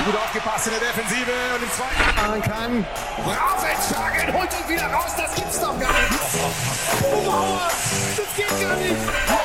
gut aufgepasst in der Defensive und im zweiten machen kann. Rausentschlagen, holt ihn wieder raus, das gibt's doch gar nicht. Oh, Mauer, das geht gar nicht.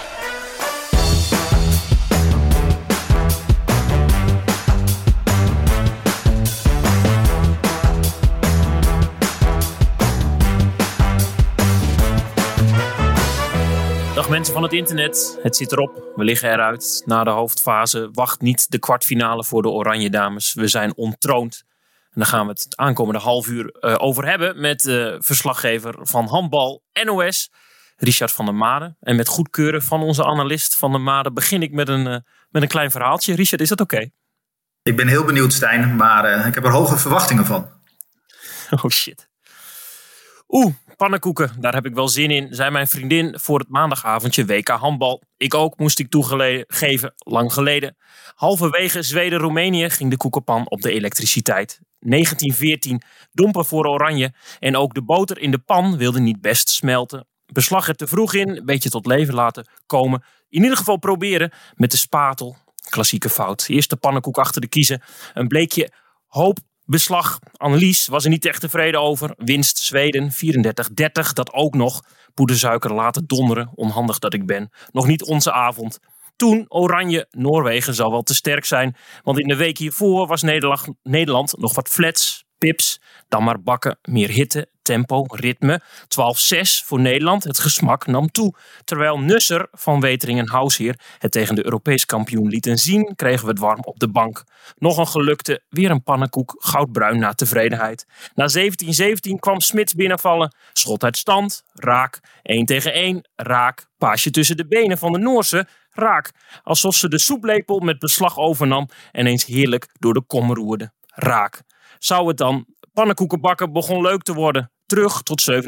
Dag mensen van het internet, het zit erop, we liggen eruit. Na de hoofdfase wacht niet de kwartfinale voor de Oranje Dames. We zijn ontroond. En daar gaan we het aankomende half uur over hebben met verslaggever van handbal NOS, Richard van der Made. En met goedkeuren van onze analist Van der Made begin ik met een klein verhaaltje. Richard, is dat oké? Ik ben heel benieuwd, Stijn, maar ik heb er hoge verwachtingen van. Oh shit. Pannenkoeken, daar heb ik wel zin in, zei mijn vriendin voor het maandagavondje WK handbal. Ik ook, moest ik toegeven, lang geleden. Halverwege Zweden-Roemenië ging de koekenpan op de elektriciteit. 1914, dompen voor Oranje en ook de boter in de pan wilde niet best smelten. Beslag er te vroeg in, een beetje tot leven laten komen. In ieder geval proberen met de spatel. Klassieke fout. Eerst de pannenkoek achter de kiezen. Een bleekje hoop. Beslag, Annelies was er niet echt tevreden over. Winst Zweden, 34-30, dat ook nog. Poedersuiker laten donderen, onhandig dat ik ben. Nog niet onze avond. Toen Oranje, Noorwegen zal wel te sterk zijn. Want in de week hiervoor was Nederland nog wat flats, pips. Dan maar bakken, meer hitte, tempo, ritme. 12-6 voor Nederland, het gesmak nam toe. Terwijl Nusser van Wetering en Hausheer het tegen de Europees kampioen lieten zien, kregen we het warm op de bank. Nog een gelukte, weer een pannenkoek, goudbruin na tevredenheid. Na 17-17 kwam Smits binnenvallen, schot uit stand, raak. 1 tegen 1, raak. Paasje tussen de benen van de Noorse, raak. Alsof ze de soeplepel met beslag overnam en eens heerlijk door de kom roerde, raak. Zou het dan? Pannenkoeken bakken begon leuk te worden. Terug tot 27-28, 32-34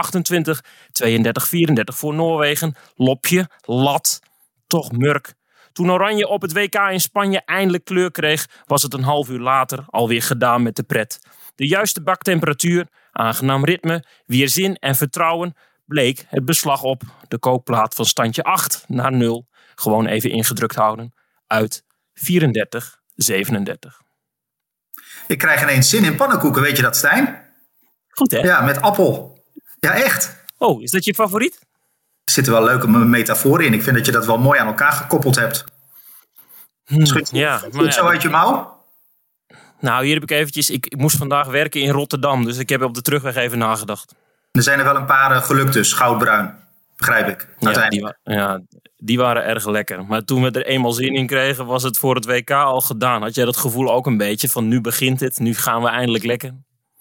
voor Noorwegen. Lopje, lat, toch murk. Toen Oranje op het WK in Spanje eindelijk kleur kreeg, was het een half uur later alweer gedaan met de pret. De juiste baktemperatuur, aangenaam ritme, weerzin en vertrouwen bleek het beslag op. De kookplaat van standje 8 naar 0. Gewoon even ingedrukt houden. Uit 34-37. Ik krijg ineens zin in pannenkoeken, weet je dat, Stijn? Goed, hè? Ja, met appel. Ja, echt. Oh, is dat je favoriet? Er zitten wel leuke metaforen in. Ik vind dat je dat wel mooi aan elkaar gekoppeld hebt. Schud zo uit je mouw? Nou, hier heb ik eventjes... Ik moest vandaag werken in Rotterdam, dus ik heb op de terugweg even nagedacht. Er zijn er wel een paar gelukt dus, goudbruin. Begrijp ik. Die waren erg lekker. Maar toen we er eenmaal zin in kregen, was het voor het WK al gedaan. Had jij dat gevoel ook een beetje van nu begint het, nu gaan we eindelijk lekker?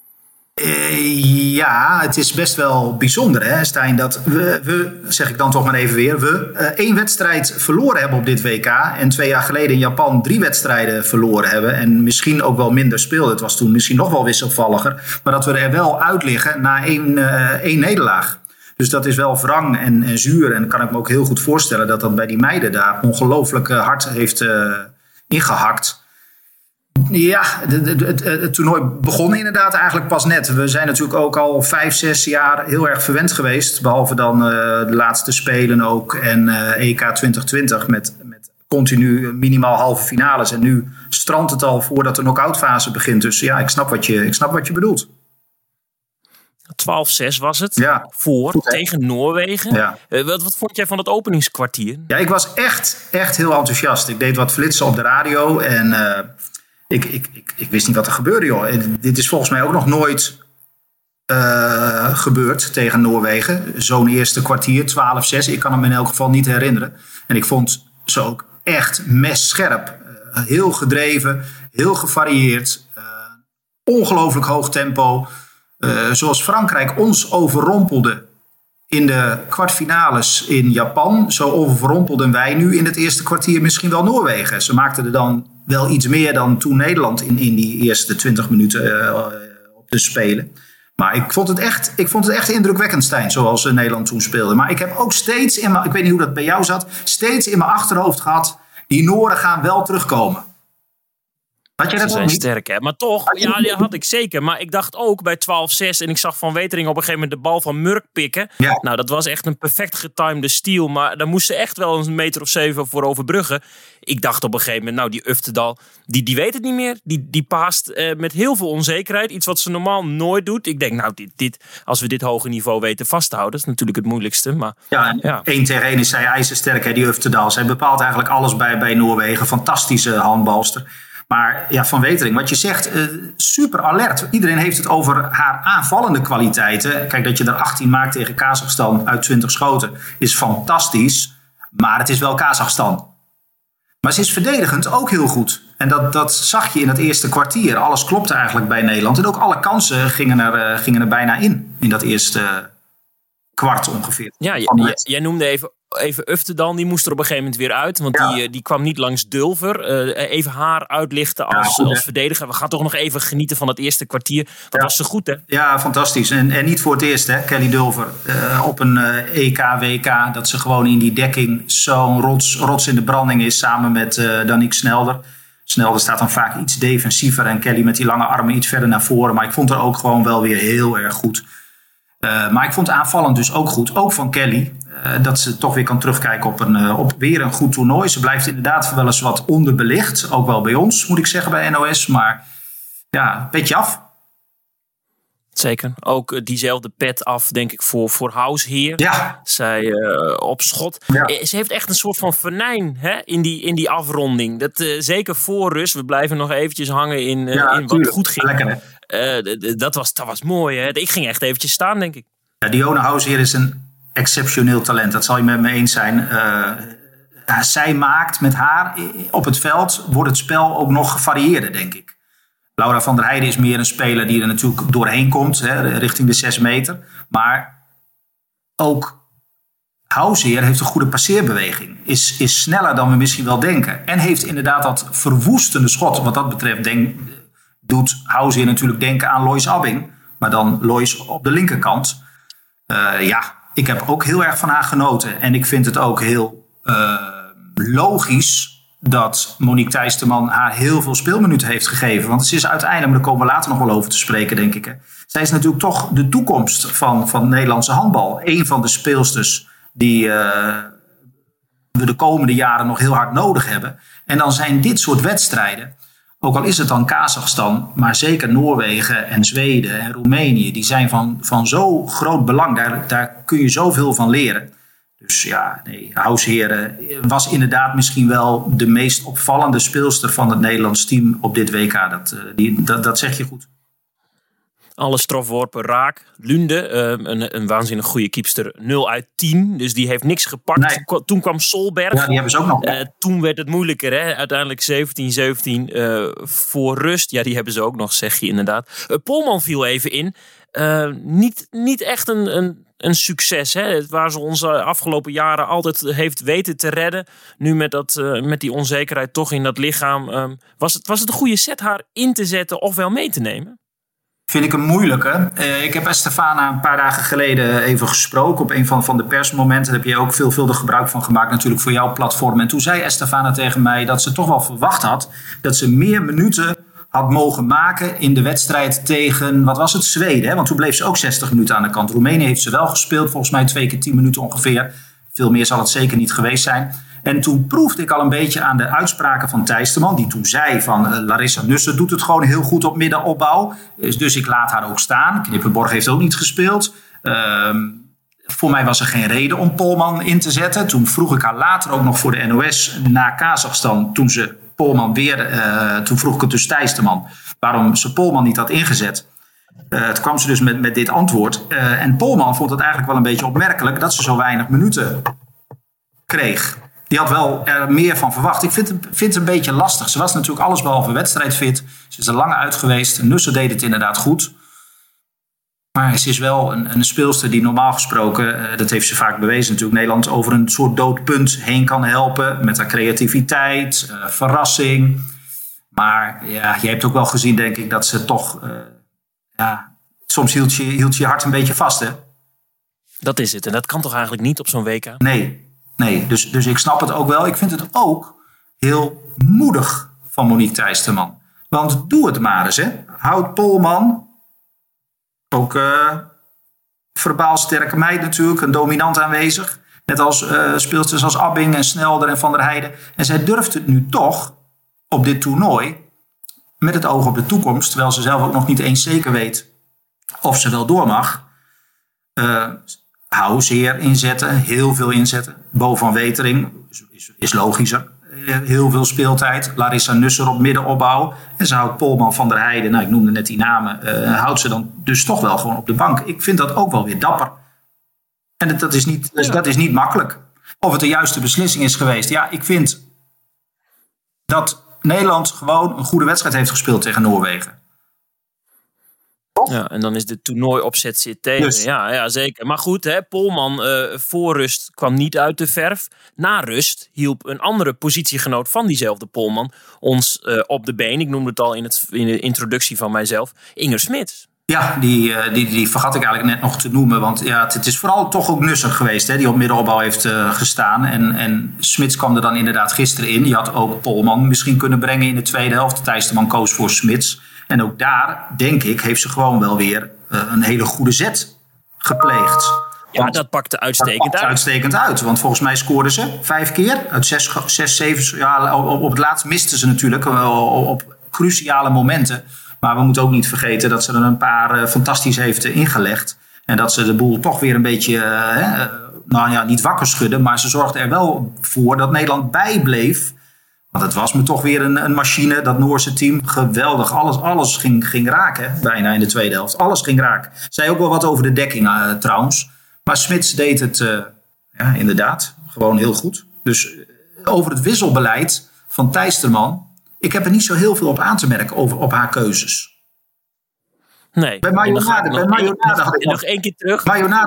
Ja, het is best wel bijzonder, hè, Stijn, dat we, zeg ik dan toch maar even weer, we 1 wedstrijd verloren hebben op dit WK en 2 jaar geleden in Japan 3 wedstrijden verloren hebben en misschien ook wel minder speelden. Het was toen misschien nog wel wisselvalliger, maar dat we er wel uit liggen na 1 nederlaag. Dus dat is wel wrang en zuur en kan ik me ook heel goed voorstellen dat dat bij die meiden daar ongelooflijk hard heeft ingehakt. Ja, het toernooi begon inderdaad eigenlijk pas net. We zijn natuurlijk ook al 5-6 jaar heel erg verwend geweest. Behalve dan de laatste Spelen ook en EK 2020 met continu minimaal halve finales. En nu strandt het al voordat de knock-out fase begint. Dus ja, ik snap wat je bedoelt. 12-6 was het, tegen Noorwegen. Ja. Wat vond jij van het openingskwartier? Ja, ik was echt heel enthousiast. Ik deed wat flitsen op de radio en ik wist niet wat er gebeurde, joh. Dit is volgens mij ook nog nooit gebeurd tegen Noorwegen. Zo'n eerste kwartier, 12-6. Ik kan hem in elk geval niet herinneren. En ik vond ze ook echt messcherp. Heel gedreven, heel gevarieerd. Ongelooflijk hoog tempo. Zoals Frankrijk ons overrompelde in de kwartfinales in Japan, zo overrompelden wij nu in het eerste kwartier misschien wel Noorwegen. Ze maakten er dan wel iets meer dan toen Nederland in die eerste 20 minuten op de Spelen. Maar ik vond het echt indrukwekkend, Stijn, zoals Nederland toen speelde. Maar ik heb ook steeds ik weet niet hoe dat bij jou zat, steeds in mijn achterhoofd gehad, die Nooren gaan wel terugkomen. Had je dat Ze zijn sterk, hè? Maar toch, ja, had ik zeker. Maar ik dacht ook bij 12-6 en ik zag Van Wetering op een gegeven moment de bal van Murk pikken. Ja. Nou, dat was echt een perfect getimede steal. Maar daar moest ze echt wel een meter of 7 voor overbruggen. Ik dacht op een gegeven moment, nou, die Uftedal, die weet het niet meer. Die paast met heel veel onzekerheid. Iets wat ze normaal nooit doet. Ik denk, nou, als we dit hoge niveau weten vast te houden, dat is natuurlijk het moeilijkste. Maar, ja, 1 tegen 1 is zij ijzersterk, hè, die Uftedal. Zij bepaalt eigenlijk alles bij Noorwegen. Fantastische handbalster. Maar ja, Van Wetering, wat je zegt, super alert. Iedereen heeft het over haar aanvallende kwaliteiten. Kijk, dat je er 18 maakt tegen Kazachstan uit 20 schoten is fantastisch. Maar het is wel Kazachstan. Maar ze is verdedigend ook heel goed. En dat zag je in het eerste kwartier. Alles klopte eigenlijk bij Nederland. En ook alle kansen gingen er bijna in dat eerste kwart ongeveer. Ja, jij noemde even Uftedal, die moest er op een gegeven moment weer uit. Want die kwam niet langs Dulver. Even haar uitlichten als verdediger. We gaan toch nog even genieten van het eerste kwartier. Dat was zo goed, hè? Ja, fantastisch. En niet voor het eerst, hè, Kelly Dulver. Op een EK, WK, dat ze gewoon in die dekking zo'n rots in de branding is. Samen met Danique Snelder. Snelder staat dan vaak iets defensiever. En Kelly met die lange armen iets verder naar voren. Maar ik vond haar ook gewoon wel weer heel erg goed. Maar ik vond aanvallend dus ook goed. Ook van Kelly. Dat ze toch weer kan terugkijken op weer een goed toernooi. Ze blijft inderdaad wel eens wat onderbelicht. Ook wel bij ons, moet ik zeggen, bij NOS. Maar ja, petje af. Zeker. Ook diezelfde pet af, denk ik, voor Hausheer. Ja. Zij op schot. Ja. Ze heeft echt een soort van venijn, hè, in die afronding. Dat, zeker voor rust. We blijven nog eventjes hangen in wat goed ging. Lekker, hè? Dat was mooi, hè? Ik ging echt eventjes staan, denk ik. Ja, Dionne Hausheer is een exceptioneel talent. Dat zal je met me eens zijn. Zij maakt met haar op het veld, wordt het spel ook nog gevarieerder, denk ik. Laura van der Heijden is meer een speler die er natuurlijk doorheen komt, hè, richting de 6 meter. Maar ook Hausheer heeft een goede passeerbeweging. Is sneller dan we misschien wel denken. En heeft inderdaad dat verwoestende schot. Wat dat betreft doet Hausheer natuurlijk denken aan Lois Abbing. Maar dan Lois op de linkerkant. Ik heb ook heel erg van haar genoten. En ik vind het ook heel logisch dat Monique Thijsterman haar heel veel speelminuten heeft gegeven. Want het is uiteindelijk, maar daar komen we later nog wel over te spreken, denk ik. Hè. Zij is natuurlijk toch de toekomst van Nederlandse handbal. Eén van de speelsters die we de komende jaren nog heel hard nodig hebben. En dan zijn dit soort wedstrijden, ook al is het dan Kazachstan, maar zeker Noorwegen en Zweden en Roemenië, die zijn van zo groot belang. Daar kun je zoveel van leren. Dus ja, Hausheer was inderdaad misschien wel de meest opvallende speelster van het Nederlands team op dit WK. Dat zeg je goed. Alle strafworpen raak. Lunde, een waanzinnig goede keepster, 0 uit 10. Dus die heeft niks gepakt. Nee. Toen kwam Solberg. Ja, die hebben ze ook nog. Toen werd het moeilijker. Hè? Uiteindelijk 17-17 voor rust. Ja, die hebben ze ook nog, zeg je inderdaad. Polman viel even in. Niet echt een succes. Hè? Waar ze ons afgelopen jaren altijd heeft weten te redden. Nu met die onzekerheid toch in dat lichaam. Was het een goede set haar in te zetten of wel mee te nemen? Vind ik een moeilijke. Ik heb Estefana een paar dagen geleden even gesproken op een van de persmomenten. Daar heb je ook veelvuldig gebruik van gemaakt natuurlijk voor jouw platform. En toen zei Estefana tegen mij dat ze toch wel verwacht had dat ze meer minuten had mogen maken in de wedstrijd tegen, wat was het, Zweden. Hè? Want toen bleef ze ook 60 minuten aan de kant. Roemenië heeft ze wel gespeeld, volgens mij 2 keer 10 minuten ongeveer. Veel meer zal het zeker niet geweest zijn. En toen proefde ik al een beetje aan de uitspraken van Thijsterman, die toen zei van Larissa Nussen doet het gewoon heel goed op middenopbouw. Dus ik laat haar ook staan. Knippenborg heeft ook niet gespeeld. Voor mij was er geen reden om Polman in te zetten. Toen vroeg ik haar later ook nog voor de NOS na Kazachstan, toen vroeg ik het dus Thijsterman waarom ze Polman niet had ingezet. Toen kwam ze dus met dit antwoord. En Polman vond het eigenlijk wel een beetje opmerkelijk dat ze zo weinig minuten kreeg. Die had wel er meer van verwacht. Ik vind het een beetje lastig. Ze was natuurlijk allesbehalve wedstrijdfit. Ze is er lang uit geweest. Nussen deed het inderdaad goed. Maar ze is wel een speelster die normaal gesproken, dat heeft ze vaak bewezen natuurlijk, Nederland over een soort doodpunt heen kan helpen. Met haar creativiteit, verrassing. Maar ja, je hebt ook wel gezien, denk ik, dat ze toch, soms hield je hart een beetje vast, hè? Dat is het. En dat kan toch eigenlijk niet op zo'n WK? Nee. Dus ik snap het ook wel. Ik vind het ook heel moedig van Monique Thijsterman. Want doe het maar eens. Hè. Houd Polman, ook verbaal sterke meid natuurlijk, een dominant aanwezig. Net als speelsters als Abbing en Snelder en Van der Heijden. En zij durft het nu toch op dit toernooi, met het oog op de toekomst, terwijl ze zelf ook nog niet eens zeker weet of ze wel door mag. Zeer inzetten, heel veel inzetten. Bo van Wetering is logischer. Heel veel speeltijd. Larissa Nusser op middenopbouw. En ze houdt Polman, Van der Heijden, nou ik noemde net die namen, houdt ze dan dus toch wel gewoon op de bank. Ik vind dat ook wel weer dapper. En dat is niet makkelijk. Of het de juiste beslissing is geweest. Ja, ik vind dat Nederland gewoon een goede wedstrijd heeft gespeeld tegen Noorwegen. Ja, en dan is de toernooiopzet zit tegen. Dus. Ja, zeker. Maar goed, hè, Polman voor rust kwam niet uit de verf. Na rust hielp een andere positiegenoot van diezelfde Polman ons op de been. Ik noemde het al in de introductie van mijzelf. Inger Smits. Ja, die vergat ik eigenlijk net nog te noemen. Want ja, het is vooral toch ook Nusser geweest, hè, die op middenopbouw heeft gestaan. En Smits kwam er dan inderdaad gisteren in. Die had ook Polman misschien kunnen brengen in de tweede helft. Tijsterman koos voor Smits. En ook daar, denk ik, heeft ze gewoon wel weer een hele goede zet gepleegd. Ja, dat pakte uitstekend uit. Want volgens mij scoorden ze 5 keer. Uit 6, 7. Ja, op het laatst misten ze natuurlijk op cruciale momenten. Maar we moeten ook niet vergeten dat ze er een paar fantastisch heeft ingelegd. En dat ze de boel toch weer een beetje, niet wakker schudden. Maar ze zorgde er wel voor dat Nederland bijbleef. Want het was me toch weer een machine, dat Noorse team. Geweldig, alles ging raken, bijna in de tweede helft. Alles ging raken. Zei ook wel wat over de dekking trouwens. Maar Smits deed het inderdaad gewoon heel goed. Dus over het wisselbeleid van Tijsterman, ik heb er niet zo heel veel op aan te merken op haar keuzes. Nee. Bij Mayonade had ik nog één keer terug.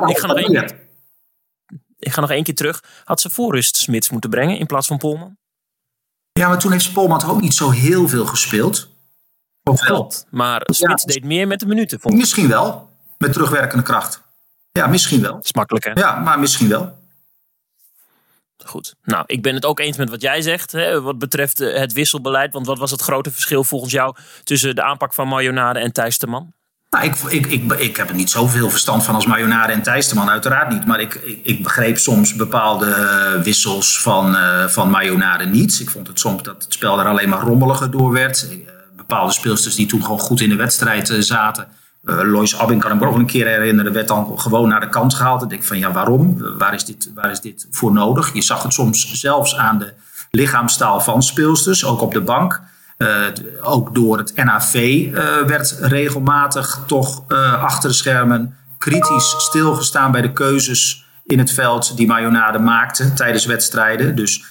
Ik ga nog één keer terug. Had ze voor rust Smits moeten brengen in plaats van Polman? Ja, maar toen heeft Polman toch ook niet zo heel veel gespeeld. Klopt, maar Smits deed meer met de minuten. Misschien wel, met terugwerkende kracht. Ja, misschien wel. Dat is makkelijk, hè? Ja, maar misschien wel. Goed. Nou, ik ben het ook eens met wat jij zegt, hè, wat betreft het wisselbeleid. Want wat was het grote verschil volgens jou tussen de aanpak van Mayonade en Tijsterman? Nou, ik heb er niet zoveel verstand van als Mayonade en Tijsterman, uiteraard niet. Maar ik begreep soms bepaalde wissels van Mayonade niet. Ik vond het soms dat het spel er alleen maar rommeliger door werd. Bepaalde speelsters die toen gewoon goed in de wedstrijd zaten. Lois Abbing, kan ik me ook een keer herinneren, werd dan gewoon naar de kant gehaald. Ik denk van ja, waarom? Waar is dit voor nodig? Je zag het soms zelfs aan de lichaamstaal van speelsters, ook op de bank. Ook door het NAV werd regelmatig toch achter de schermen kritisch stilgestaan bij de keuzes in het veld die Mayonade maakte tijdens wedstrijden. Dus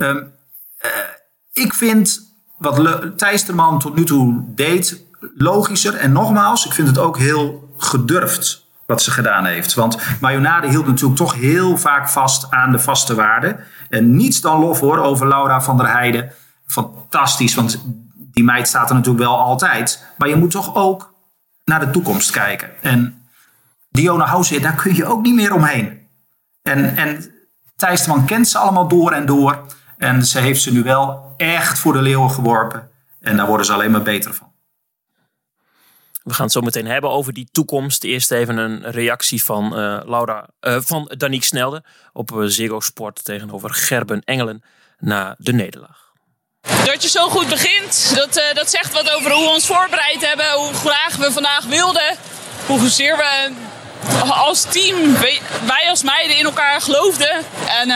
ik vind wat Tijsterman tot nu toe deed logischer. En nogmaals, ik vind het ook heel gedurfd wat ze gedaan heeft. Want Mayonade hield natuurlijk toch heel vaak vast aan de vaste waarden. En niets dan lof hoor over Laura van der Heijden. Fantastisch, want die meid staat er natuurlijk wel altijd. Maar je moet toch ook naar de toekomst kijken. En Dionne Houzeer, daar kun je ook niet meer omheen. En Tijsterman kent ze allemaal door en door. En ze heeft ze nu wel echt voor de leeuwen geworpen. En daar worden ze alleen maar beter van. We gaan het zo meteen hebben over die toekomst. Eerst even een reactie van van Danique Snelde op Ziggo Sport tegenover Gerben Engelen na de nederlaag. Dat je zo goed begint, dat zegt wat over hoe we ons voorbereid hebben, hoe graag we vandaag wilden, hoezeer we als team, wij als meiden in elkaar geloofden. En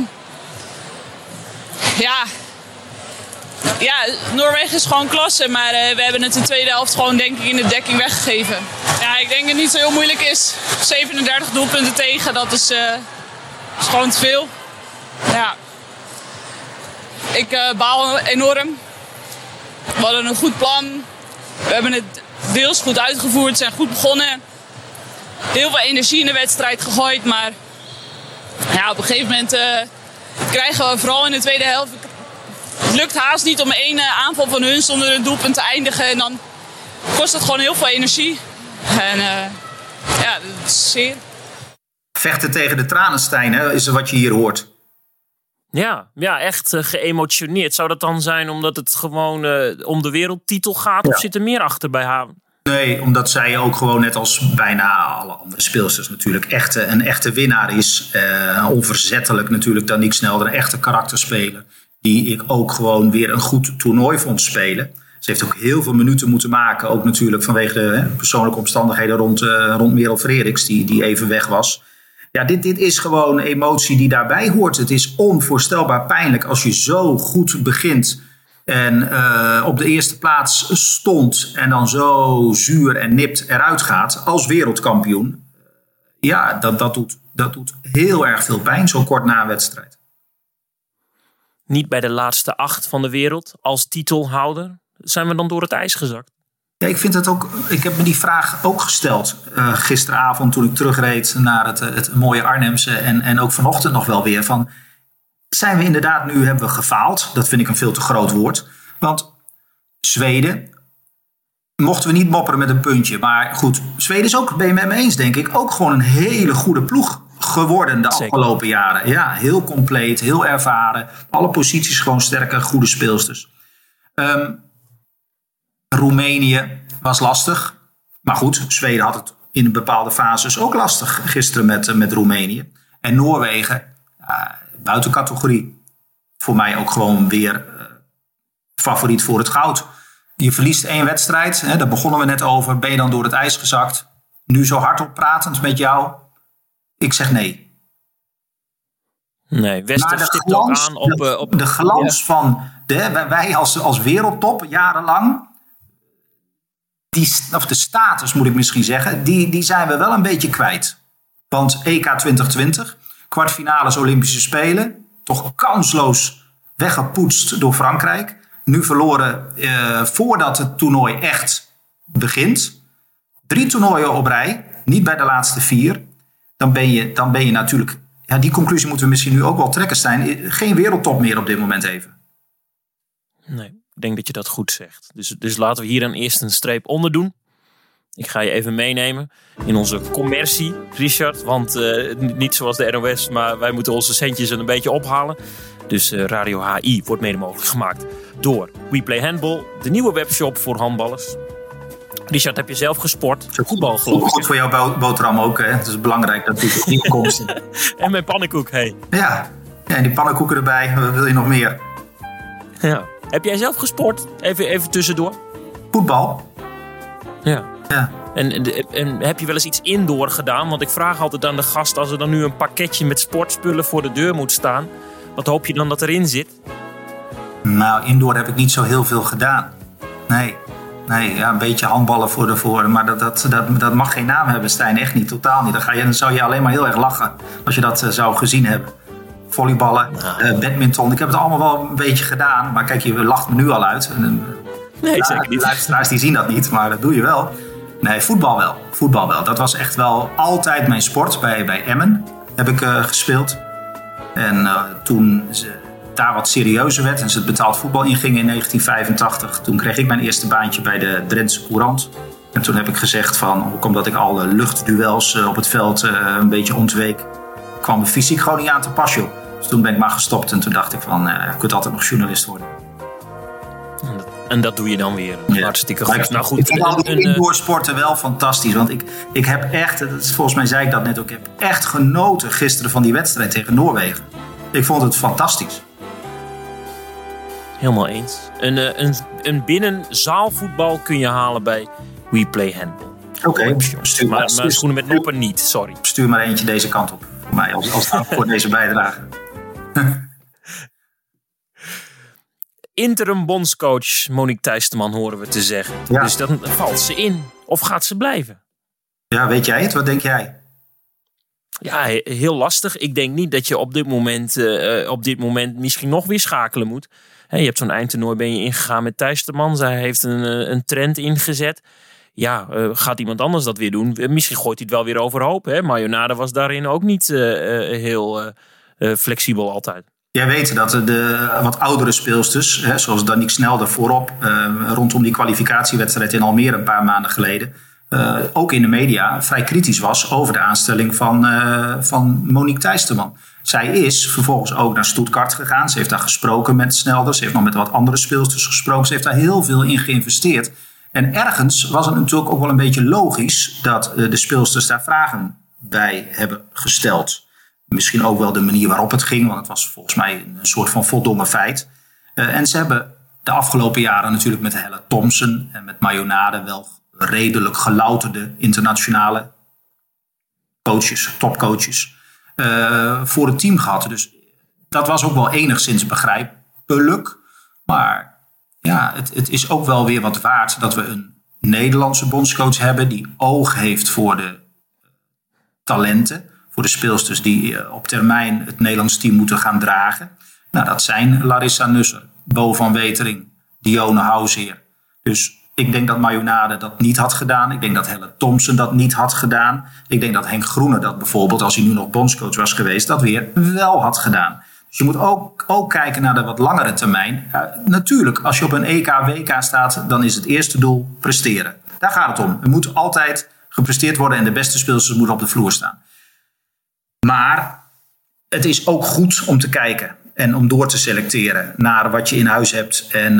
Noorwegen is gewoon klasse, maar we hebben het in de tweede helft gewoon denk ik in de dekking weggegeven. Ja, ik denk dat het niet zo heel moeilijk is. 37 doelpunten tegen, dat is gewoon te veel. Ja. Ik baal enorm. We hadden een goed plan. We hebben het deels goed uitgevoerd, zijn goed begonnen. Heel veel energie in de wedstrijd gegooid, maar ja, op een gegeven moment krijgen we vooral in de tweede helft. Het lukt haast niet om één aanval van hun zonder een doelpunt te eindigen. En dan kost het gewoon heel veel energie. En dat is zeer. Vechten tegen de tranenstein, hè, is wat je hier hoort. Ja, echt geëmotioneerd. Zou dat dan zijn omdat het gewoon om de wereldtitel gaat? Ja. Of zit er meer achter bij haar? Nee, omdat zij ook gewoon net als bijna alle andere speelsters natuurlijk een echte winnaar is. Onverzettelijk natuurlijk Danique Snelder, een echte karakterspeler. Die ik ook gewoon weer een goed toernooi vond spelen. Ze heeft ook heel veel minuten moeten maken. Ook natuurlijk vanwege de persoonlijke omstandigheden rond Merel Frederiks, die even weg was. Ja, dit is gewoon emotie die daarbij hoort. Het is onvoorstelbaar pijnlijk als je zo goed begint en op de eerste plaats stond en dan zo zuur en nipt eruit gaat als wereldkampioen. Ja, dat doet heel erg veel pijn, zo kort na een wedstrijd. Niet bij de laatste 8 van de wereld als titelhouder. Zijn we dan door het ijs gezakt? Ja, ik vind het ook. Ik heb me die vraag ook gesteld gisteravond toen ik terugreed naar het mooie Arnhemse en ook vanochtend nog wel weer van. Zijn we inderdaad hebben we gefaald? Dat vind ik een veel te groot woord. Want Zweden mochten we niet mopperen met een puntje. Maar goed, Zweden is ook, ben je met me eens denk ik, ook gewoon een hele goede ploeg geworden de afgelopen jaren. Ja, heel compleet, heel ervaren. Alle posities gewoon sterke, goede speelsters. Roemenië was lastig. Maar goed, Zweden had het in bepaalde fases ook lastig gisteren met Roemenië. En Noorwegen, buiten categorie. Voor mij ook gewoon weer favoriet voor het goud. Je verliest 1 wedstrijd, daar begonnen we net over. Ben je dan door het ijs gezakt? Nu zo hardop pratend met jou? Ik zeg nee. Nee, Wester stipt ook aan op de glans van wij als wereldtop jarenlang. Of de status moet ik misschien zeggen, die zijn we wel een beetje kwijt. Want EK 2020, kwartfinales Olympische Spelen, toch kansloos weggepoetst door Frankrijk. Nu verloren voordat het toernooi echt begint. 3 toernooien op rij, niet bij de laatste 4. Dan ben je natuurlijk, ja, die conclusie moeten we misschien nu ook wel trekken, Stijn. Geen wereldtop meer op dit moment even. Nee. Ik denk dat je dat goed zegt. Dus laten we hier dan eerst een streep onder doen. Ik ga je even meenemen in onze commercie, Richard. Want niet zoals de NOS, maar wij moeten onze centjes een beetje ophalen. Dus Radio HI wordt mede mogelijk gemaakt door We Play Handball. De nieuwe webshop voor handballers. Richard, heb je zelf gesport? Voetbal geloof ik. Goed voor jouw boterham ook. Hè? Het is belangrijk dat die niet komt. En mijn pannenkoek, hey. Ja, en die pannenkoeken erbij. Wat wil je nog meer? Ja. Heb jij zelf gesport? Even tussendoor. Voetbal. Ja. En heb je wel eens iets indoor gedaan? Want ik vraag altijd aan de gast, als er dan nu een pakketje met sportspullen voor de deur moet staan, wat hoop je dan dat erin zit? Nou, indoor heb ik niet zo heel veel gedaan. Nee, ja, een beetje handballen voor. Maar dat mag geen naam hebben, Stijn. Echt niet, totaal niet. Dan zou je alleen maar heel erg lachen als je dat zou gezien hebben. Volleyballen, badminton. Ik heb het allemaal wel een beetje gedaan. Maar kijk, je lacht me nu al uit. Nee, zeker niet. De luisteraars die zien dat niet, maar dat doe je wel. Nee, voetbal wel. Dat was echt wel altijd mijn sport. Bij Emmen heb ik gespeeld. En toen ze daar wat serieuzer werd en ze het betaald voetbal ingingen in 1985... toen kreeg ik mijn eerste baantje bij de Drentse Courant. En toen heb ik gezegd van, ook omdat ik alle luchtduels op het veld een beetje ontweek, kwam me fysiek gewoon niet aan te pas, joh. Dus toen ben ik maar gestopt en toen dacht ik van, je kunt altijd nog journalist worden. En dat doe je dan weer. Ja. Hartstikke goed. Nou goed. Ik vind al die indoorsporten wel fantastisch. Want ik heb echt, volgens mij zei ik dat net ook, ik heb echt genoten gisteren van die wedstrijd tegen Noorwegen. Ik vond het fantastisch. Helemaal eens. Een binnenzaalvoetbal kun je halen bij We Play Handball. Oké. Maar schoenen met noppen niet, sorry. Stuur maar eentje deze kant op. Voor mij, als dank voor deze bijdrage. Interim bondscoach Monique Tijsterman horen we te zeggen. Ja. Dus dan valt ze in. Of gaat ze blijven? Ja, weet jij het? Wat denk jij? Ja, heel lastig. Ik denk niet dat je op dit moment misschien nog weer schakelen moet. Je hebt zo'n eindtoernooi, ben je ingegaan met Tijsterman. Zij heeft een trend ingezet. Ja, gaat iemand anders dat weer doen? Misschien gooit hij het wel weer overhoop. Hè? Mayonnaise was daarin ook niet heel flexibel altijd. Jij weet dat de wat oudere speelsters, zoals Danique Snelder voorop, rondom die kwalificatiewedstrijd in Almere een paar maanden geleden, ook in de media vrij kritisch was over de aanstelling van Monique Tijsterman. Zij is vervolgens ook naar Stuttgart gegaan. Ze heeft daar gesproken met Snelder. Ze heeft nog met wat andere speelsters gesproken. Ze heeft daar heel veel in geïnvesteerd. En ergens was het natuurlijk ook wel een beetje logisch dat de speelsters daar vragen bij hebben gesteld. Misschien ook wel de manier waarop het ging, want het was volgens mij een soort van voldongen feit. En ze hebben de afgelopen jaren natuurlijk met Helle Thompson en met Mayonade wel redelijk gelouterde internationale coaches, topcoaches, voor het team gehad. Dus dat was ook wel enigszins begrijpelijk. Maar ja, het is ook wel weer wat waard dat we een Nederlandse bondscoach hebben die oog heeft voor de talenten, voor de speelsters die op termijn het Nederlands team moeten gaan dragen. Nou, dat zijn Larissa Nusser, Bo van Wetering, Dionne Househeer. Dus ik denk dat Mayonade dat niet had gedaan. Ik denk dat Helle Thompson dat niet had gedaan. Ik denk dat Henk Groene dat bijvoorbeeld, als hij nu nog bondscoach was geweest, dat weer wel had gedaan. Dus je moet ook kijken naar de wat langere termijn. Natuurlijk, als je op een EK, WK staat, dan is het eerste doel presteren. Daar gaat het om. Er moet altijd gepresteerd worden en de beste speelsters moeten op de vloer staan. Maar het is ook goed om te kijken en om door te selecteren naar wat je in huis hebt. En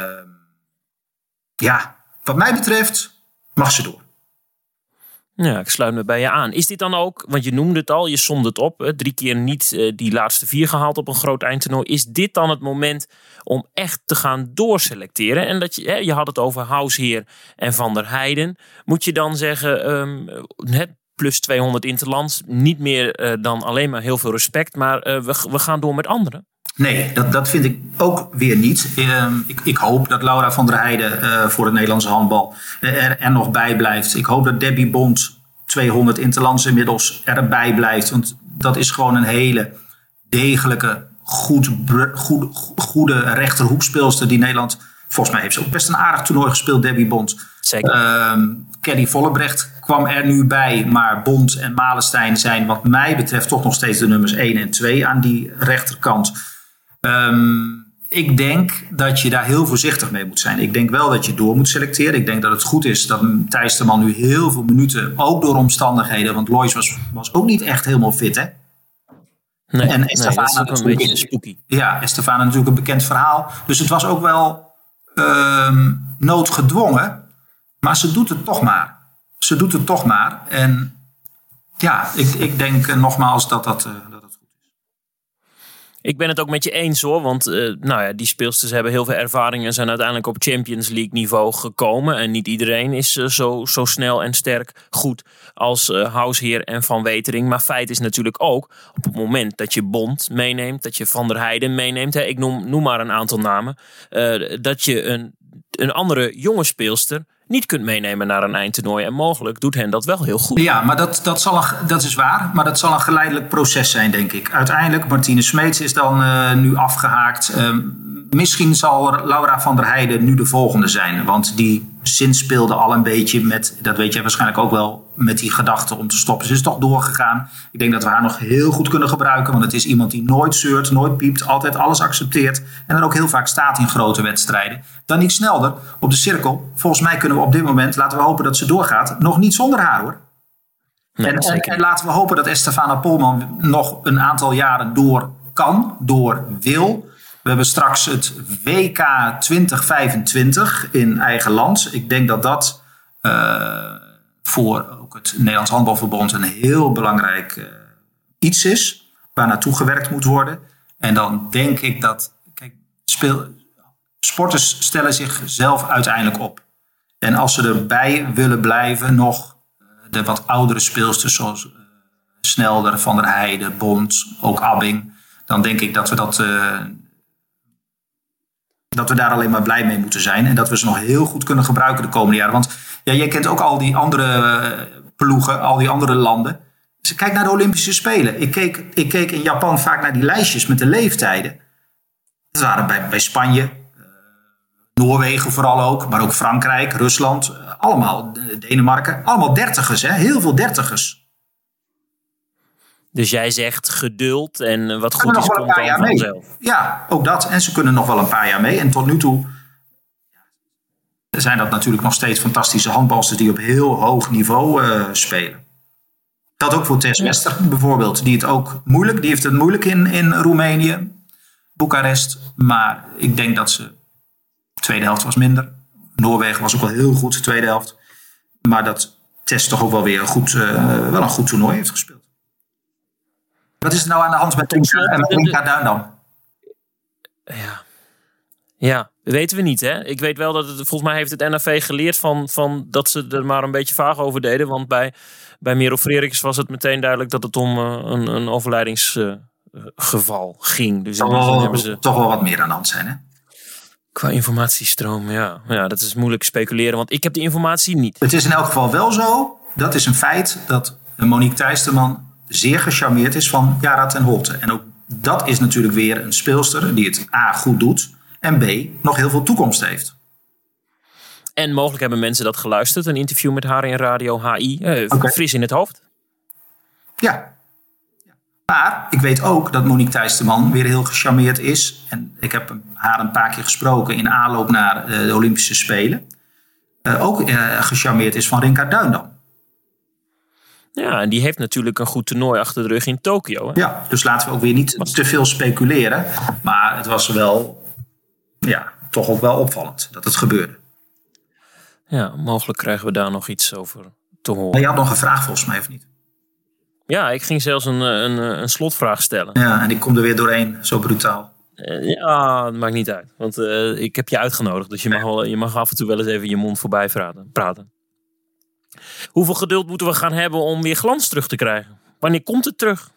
wat mij betreft mag ze door. Ja, ik sluit me bij je aan. Is dit dan ook, want je noemde het al, je somde het op, 3 keer niet die laatste 4 gehaald op een groot eindtoernooi. Is dit dan het moment om echt te gaan doorselecteren? En dat je had het over Househeer en Van der Heijden. Moet je dan zeggen, plus 200 interlands, niet meer dan alleen maar heel veel respect, maar we gaan door met anderen? Nee, dat vind ik ook weer niet. Ik hoop dat Laura van der Heijden voor het Nederlandse handbal er nog bij blijft. Ik hoop dat Debbie Bond 200 interlands inmiddels erbij blijft. Want dat is gewoon een hele degelijke, goede rechterhoekspeelster die Nederland... Volgens mij heeft ze ook best een aardig toernooi gespeeld, Debbie Bond. Zeker. Kelly Vollebrecht kwam er nu bij. Maar Bond en Malenstein zijn wat mij betreft toch nog steeds de nummers 1 en 2 aan die rechterkant. Ik denk dat je daar heel voorzichtig mee moet zijn. Ik denk wel dat je door moet selecteren. Ik denk dat het goed is dat Tijsterman nu heel veel minuten, ook door omstandigheden, want Lois was ook niet echt helemaal fit, hè? Nee, en dat is ook een beetje spooky. Ja, Estefana natuurlijk een bekend verhaal. Dus het was ook wel noodgedwongen. Maar ze doet het toch maar. En ja, ik denk nogmaals dat het goed is. Ik ben het ook met je eens hoor, want die speelsters hebben heel veel ervaring en zijn uiteindelijk op Champions League niveau gekomen. En niet iedereen is zo snel en sterk goed als Househeer en Van Wetering. Maar feit is natuurlijk ook, op het moment dat je Bond meeneemt, dat je Van der Heijden meeneemt, ik noem maar een aantal namen, dat je een andere jonge speelster niet kunt meenemen naar een eindtoernooi. En mogelijk doet hen dat wel heel goed. Ja, maar dat is waar. Maar dat zal een geleidelijk proces zijn, denk ik. Uiteindelijk, Martine Smeets is dan nu afgehaakt. Misschien zal Laura van der Heijden nu de volgende zijn. Want die zinspeelde al een beetje met, dat weet jij waarschijnlijk ook wel, met die gedachte om te stoppen. Ze is toch doorgegaan. Ik denk dat we haar nog heel goed kunnen gebruiken. Want het is iemand die nooit zeurt, nooit piept, altijd alles accepteert. En er ook heel vaak staat in grote wedstrijden. Dan niet Snelder op de cirkel. Volgens mij kunnen we op dit moment, laten we hopen dat ze doorgaat, nog niet zonder haar hoor. Nee, en laten we hopen dat Estefana Polman nog een aantal jaren door wil. We hebben straks het WK 2025 in eigen land. Ik denk dat voor ook het Nederlands Handbalverbond een heel belangrijk iets is. Waar naartoe gewerkt moet worden. En dan denk ik dat sporters stellen zichzelf uiteindelijk op. En als ze erbij willen blijven nog de wat oudere speelsters zoals Snelder, Van der Heijden, Bond, ook Abbing. Dan denk ik dat we daar alleen maar blij mee moeten zijn. En dat we ze nog heel goed kunnen gebruiken de komende jaren. Want ja, jij kent ook al die andere ploegen, al die andere landen. Dus kijk naar de Olympische Spelen. Ik keek in Japan vaak naar die lijstjes met de leeftijden. Dat waren bij Spanje, Noorwegen vooral ook. Maar ook Frankrijk, Rusland. Allemaal, Denemarken. Allemaal dertigers, hè? Heel veel dertigers. Dus jij zegt geduld en wat goed is komt dan vanzelf. Ja, ook dat. En ze kunnen nog wel een paar jaar mee. En tot nu toe zijn dat natuurlijk nog steeds fantastische handbalsters die op heel hoog niveau spelen. Dat ook voor Tess Wester bijvoorbeeld. Die heeft het moeilijk in Roemenië, Boekarest. Maar ik denk dat de tweede helft was minder. Noorwegen was ook wel heel goed de tweede helft. Maar dat Tess toch ook wel weer wel een goed toernooi heeft gespeeld. Wat is er nou aan de hand met Rinka Duindam? Ja, dat weten we niet. Hè? Ik weet wel dat volgens mij heeft het NAV geleerd van dat ze er maar een beetje vaag over deden. Want bij Merel Frerichs was het meteen duidelijk dat het om een overlijdingsgeval ging. Dus hebben ze toch wel wat meer aan de hand zijn, hè? Qua informatiestroom, ja, dat is moeilijk speculeren, want ik heb die informatie niet. Het is in elk geval wel zo, dat is een feit, dat Monique Thijsterman zeer gecharmeerd is van Yara ten Holte. En ook dat is natuurlijk weer een speelster die het A goed doet en B nog heel veel toekomst heeft. En mogelijk hebben mensen dat geluisterd, een interview met haar in Radio HI. Fris in het hoofd. Ja. Maar ik weet ook dat Monique Thijsterman weer heel gecharmeerd is. En ik heb haar een paar keer gesproken in aanloop naar de Olympische Spelen. Ook gecharmeerd is van Rinka Duindam. Ja, en die heeft natuurlijk een goed toernooi achter de rug in Tokio. Hè? Ja, dus laten we ook weer niet te veel speculeren. Maar het was wel, toch ook wel opvallend dat het gebeurde. Ja, mogelijk krijgen we daar nog iets over te horen. Maar je had nog een vraag volgens mij, of niet? Ja, ik ging zelfs een slotvraag stellen. Ja, en ik kom er weer doorheen, zo brutaal. Dat maakt niet uit. Want ik heb je uitgenodigd. Dus je mag af en toe wel eens even je mond voorbij praten. Hoeveel geduld moeten we gaan hebben om weer glans terug te krijgen? Wanneer komt het terug?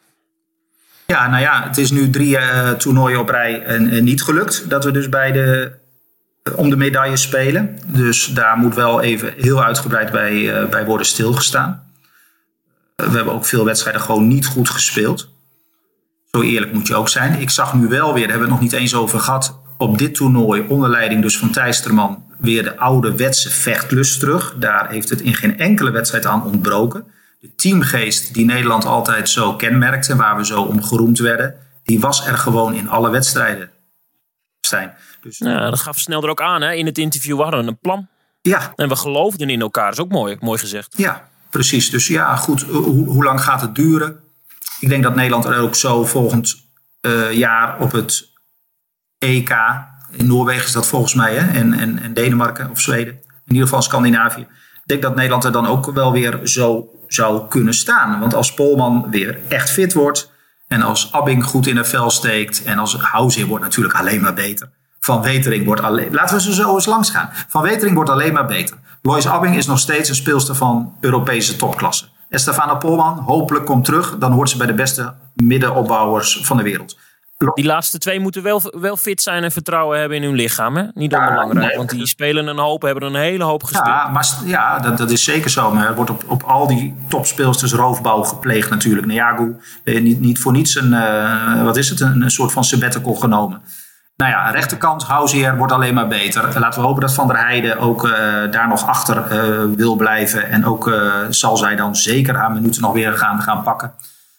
Ja, het is nu 3 toernooien op rij en niet gelukt. Dat we dus om de medailles spelen. Dus daar moet wel even heel uitgebreid bij worden stilgestaan. We hebben ook veel wedstrijden gewoon niet goed gespeeld. Zo eerlijk moet je ook zijn. Ik zag nu wel weer, daar hebben we het nog niet eens over gehad, op dit toernooi onder leiding dus van Thijsterman weer de ouderwetse vechtlust terug. Daar heeft het in geen enkele wedstrijd aan ontbroken. De teamgeest die Nederland altijd zo kenmerkte, waar we zo om geroemd werden, die was er gewoon in alle wedstrijden. Dus, dat gaf snel er ook aan. Hè? In het interview hadden we een plan. Ja. En we geloofden in elkaar. Dat is ook mooi gezegd. Ja, precies. Dus goed, hoe lang gaat het duren? Ik denk dat Nederland er ook zo volgend jaar op het EK, in Noorwegen is dat volgens mij, hè? En Denemarken of Zweden, in ieder geval Scandinavië. Ik denk dat Nederland er dan ook wel weer zo zou kunnen staan. Want als Polman weer echt fit wordt en als Abbing goed in het vel steekt en als Houser wordt natuurlijk alleen maar beter. Van Wetering wordt laten we ze zo eens langs gaan. Van Wetering wordt alleen maar beter. Lois Abbing is nog steeds een speelster van Europese topklasse. Estefana Polman hopelijk komt terug. Dan hoort ze bij de beste middenopbouwers van de wereld. Die laatste 2 moeten wel fit zijn en vertrouwen hebben in hun lichaam. Hè? Niet onbelangrijk, nee. Want die spelen hebben er een hele hoop gespeeld. Dat is zeker zo. Maar er wordt op al die topspeelsters roofbouw gepleegd natuurlijk. Neagu, niet voor niets een soort van sabbatical genomen. Rechterkant, Houser wordt alleen maar beter. Laten we hopen dat Van der Heijden ook daar nog achter wil blijven. En ook zal zij dan zeker haar minuten nog weer gaan pakken.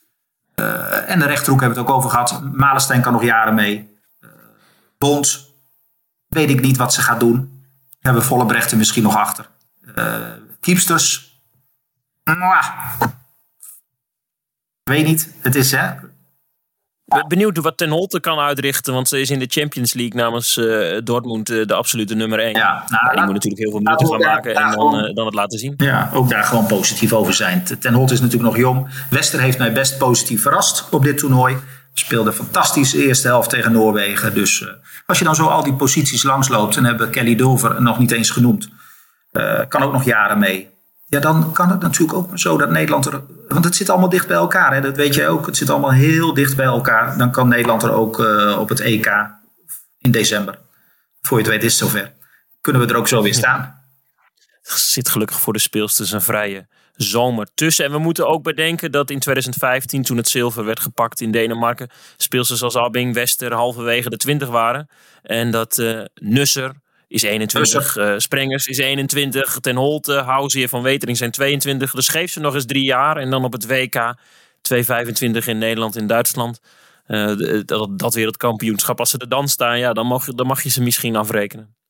En de rechterhoek hebben we het ook over gehad. Malenstein kan nog jaren mee. Bond, weet ik niet wat ze gaat doen. Hebben we Vollebrecht er misschien nog achter. Keepsters. Weet niet. Het is Benieuwd wat Ten Holte kan uitrichten. Want ze is in de Champions League namens Dortmund de absolute nummer 1. Die moet natuurlijk heel veel minuten gaan maken en dan het laten zien. Ja, ook daar gewoon positief over zijn. Ten Holte is natuurlijk nog jong. Wester heeft mij best positief verrast op dit toernooi. Speelde fantastisch de eerste helft tegen Noorwegen. Dus als je dan zo al die posities langsloopt, en hebben Kelly Dulver nog niet eens genoemd. Kan ook nog jaren mee. Ja, dan kan het natuurlijk ook zo dat Nederland er... Want het zit allemaal dicht bij elkaar, hè? Dat weet je ook. Het zit allemaal heel dicht bij elkaar. Dan kan Nederland er ook op het EK in december. Voor je het weet is het zover. Kunnen we er ook zo weer staan. Er zit gelukkig voor de speelsters een vrije zomer tussen. En we moeten ook bedenken dat in 2015, toen het zilver werd gepakt in Denemarken, speelsters als Abbing, Wester halverwege de 20 waren. En dat Nusser is 21, Sprengers is 21, Ten Holte, Houser, Van Wetering zijn 22. Dus geef ze nog eens 3 jaar en dan op het WK 225 in Nederland en Duitsland. Dat wereldkampioenschap, als ze er dan staan, dan mag je ze misschien afrekenen.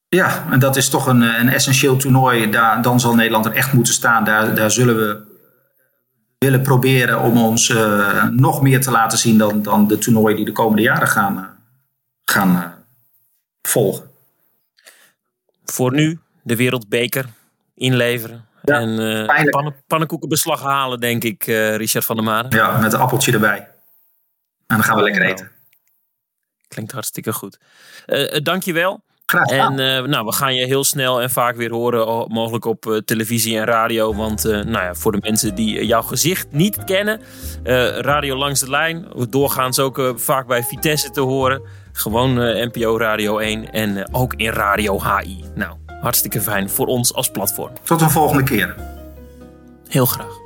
Ja, en dat is toch een essentieel toernooi. Dan zal Nederland er echt moeten staan. Daar zullen we willen proberen om ons nog meer te laten zien dan de toernooien die de komende jaren gaan volgen. Voor nu de wereldbeker inleveren. Ja, en pannenkoekenbeslag halen, denk ik, Richard van der Made. Ja, met een appeltje erbij. En dan gaan we lekker eten. Klinkt hartstikke goed. Dank je wel. Graag gedaan. En we gaan je heel snel en vaak weer horen, mogelijk op televisie en radio. Want voor de mensen die jouw gezicht niet kennen, Radio Langs de Lijn, doorgaans ook vaak bij Vitesse te horen. Gewoon NPO Radio 1 en ook in Radio HI. Nou, hartstikke fijn voor ons als platform. Tot een volgende keer. Heel graag.